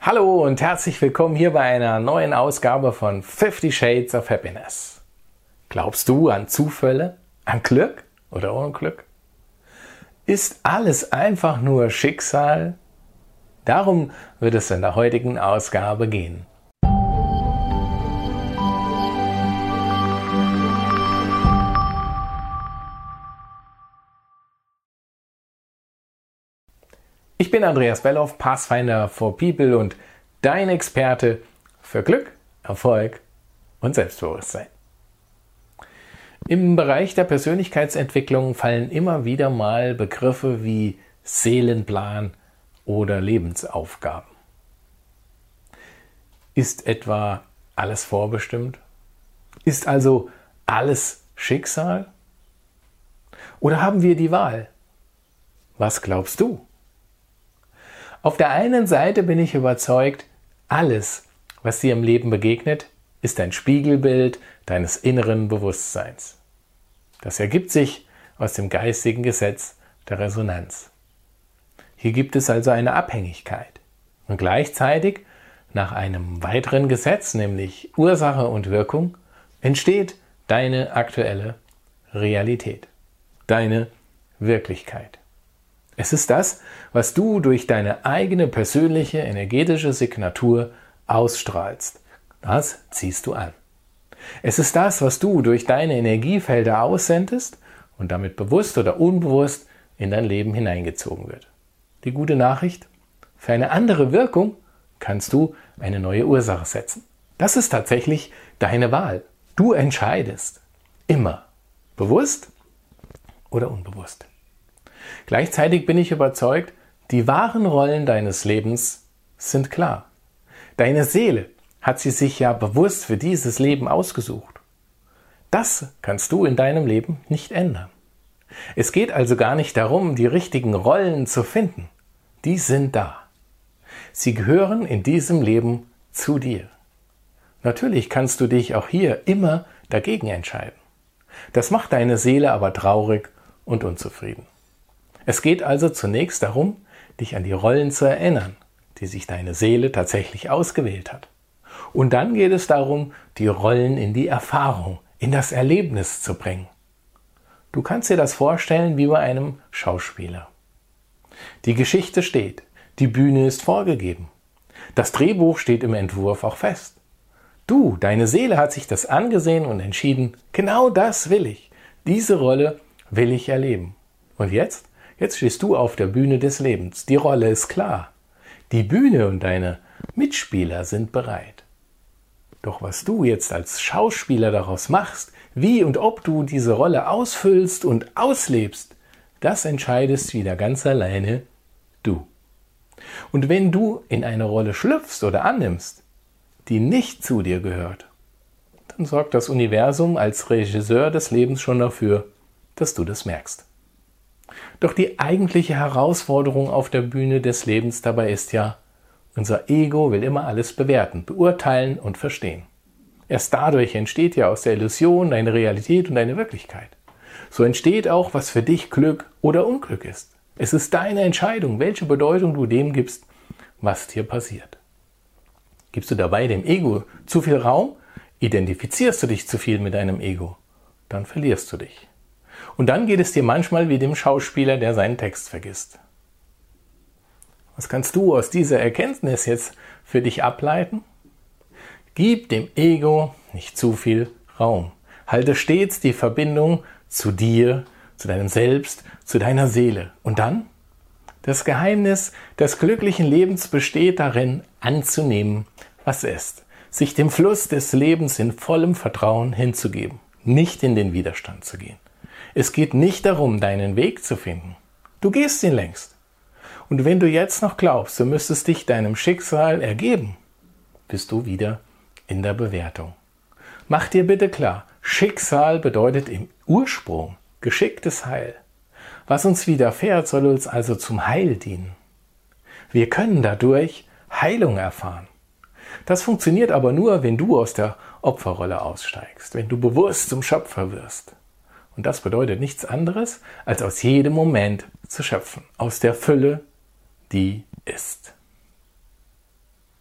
Hallo und herzlich willkommen hier bei einer neuen Ausgabe von 50 Shades of Happiness. Glaubst du an Zufälle, an Glück oder Unglück? Ist alles einfach nur Schicksal? Darum wird es in der heutigen Ausgabe gehen. Ich bin Andreas Belloff, Pathfinder for People und dein Experte für Glück, Erfolg und Selbstbewusstsein. Im Bereich der Persönlichkeitsentwicklung fallen immer wieder mal Begriffe wie Seelenplan oder Lebensaufgaben. Ist etwa alles vorbestimmt? Ist also alles Schicksal? Oder haben wir die Wahl? Was glaubst du? Auf der einen Seite bin ich überzeugt, alles, was dir im Leben begegnet, ist ein Spiegelbild deines inneren Bewusstseins. Das ergibt sich aus dem geistigen Gesetz der Resonanz. Hier gibt es also eine Abhängigkeit. Und gleichzeitig, nach einem weiteren Gesetz, nämlich Ursache und Wirkung, entsteht deine aktuelle Realität, deine Wirklichkeit. Es ist das, was du durch deine eigene persönliche energetische Signatur ausstrahlst. Das ziehst du an. Es ist das, was du durch deine Energiefelder aussendest und damit bewusst oder unbewusst in dein Leben hineingezogen wird. Die gute Nachricht: Für eine andere Wirkung kannst du eine neue Ursache setzen. Das ist tatsächlich deine Wahl. Du entscheidest. Immer. Bewusst oder unbewusst. Gleichzeitig bin ich überzeugt, die wahren Rollen deines Lebens sind klar. Deine Seele hat sie sich ja bewusst für dieses Leben ausgesucht. Das kannst du in deinem Leben nicht ändern. Es geht also gar nicht darum, die richtigen Rollen zu finden. Die sind da. Sie gehören in diesem Leben zu dir. Natürlich kannst du dich auch hier immer dagegen entscheiden. Das macht deine Seele aber traurig und unzufrieden. Es geht also zunächst darum, dich an die Rollen zu erinnern, die sich deine Seele tatsächlich ausgewählt hat. Und dann geht es darum, die Rollen in die Erfahrung, in das Erlebnis zu bringen. Du kannst dir das vorstellen wie bei einem Schauspieler. Die Geschichte steht, die Bühne ist vorgegeben. Das Drehbuch steht im Entwurf auch fest. Du, deine Seele hat sich das angesehen und entschieden, genau das will ich. Diese Rolle will ich erleben. Und jetzt? Jetzt stehst du auf der Bühne des Lebens. Die Rolle ist klar. Die Bühne und deine Mitspieler sind bereit. Doch was du jetzt als Schauspieler daraus machst, wie und ob du diese Rolle ausfüllst und auslebst, das entscheidest wieder ganz alleine du. Und wenn du in eine Rolle schlüpfst oder annimmst, die nicht zu dir gehört, dann sorgt das Universum als Regisseur des Lebens schon dafür, dass du das merkst. Doch die eigentliche Herausforderung auf der Bühne des Lebens dabei ist ja, unser Ego will immer alles bewerten, beurteilen und verstehen. Erst dadurch entsteht ja aus der Illusion deine Realität und deine Wirklichkeit. So entsteht auch, was für dich Glück oder Unglück ist. Es ist deine Entscheidung, welche Bedeutung du dem gibst, was dir passiert. Gibst du dabei dem Ego zu viel Raum, identifizierst du dich zu viel mit deinem Ego, dann verlierst du dich. Und dann geht es dir manchmal wie dem Schauspieler, der seinen Text vergisst. Was kannst du aus dieser Erkenntnis jetzt für dich ableiten? Gib dem Ego nicht zu viel Raum. Halte stets die Verbindung zu dir, zu deinem Selbst, zu deiner Seele. Und dann? Das Geheimnis des glücklichen Lebens besteht darin, anzunehmen, was ist. Sich dem Fluss des Lebens in vollem Vertrauen hinzugeben. Nicht in den Widerstand zu gehen. Es geht nicht darum, deinen Weg zu finden. Du gehst ihn längst. Und wenn du jetzt noch glaubst, du müsstest dich deinem Schicksal ergeben, bist du wieder in der Bewertung. Mach dir bitte klar, Schicksal bedeutet im Ursprung geschicktes Heil. Was uns widerfährt, soll uns also zum Heil dienen. Wir können dadurch Heilung erfahren. Das funktioniert aber nur, wenn du aus der Opferrolle aussteigst, wenn du bewusst zum Schöpfer wirst. Und das bedeutet nichts anderes, als aus jedem Moment zu schöpfen, aus der Fülle, die ist.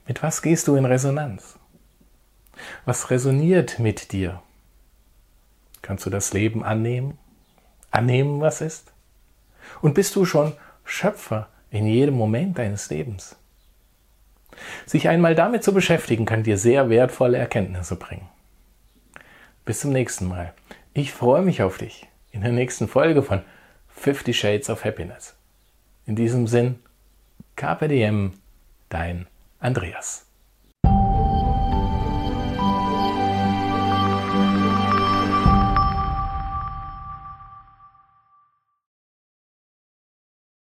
Mit was gehst du in Resonanz? Was resoniert mit dir? Kannst du das Leben annehmen? Annehmen, was ist? Und bist du schon Schöpfer in jedem Moment deines Lebens? Sich einmal damit zu beschäftigen, kann dir sehr wertvolle Erkenntnisse bringen. Bis zum nächsten Mal. Ich freue mich auf dich in der nächsten Folge von 50 Shades of Happiness. In diesem Sinn, Carpe Diem, dein Andreas.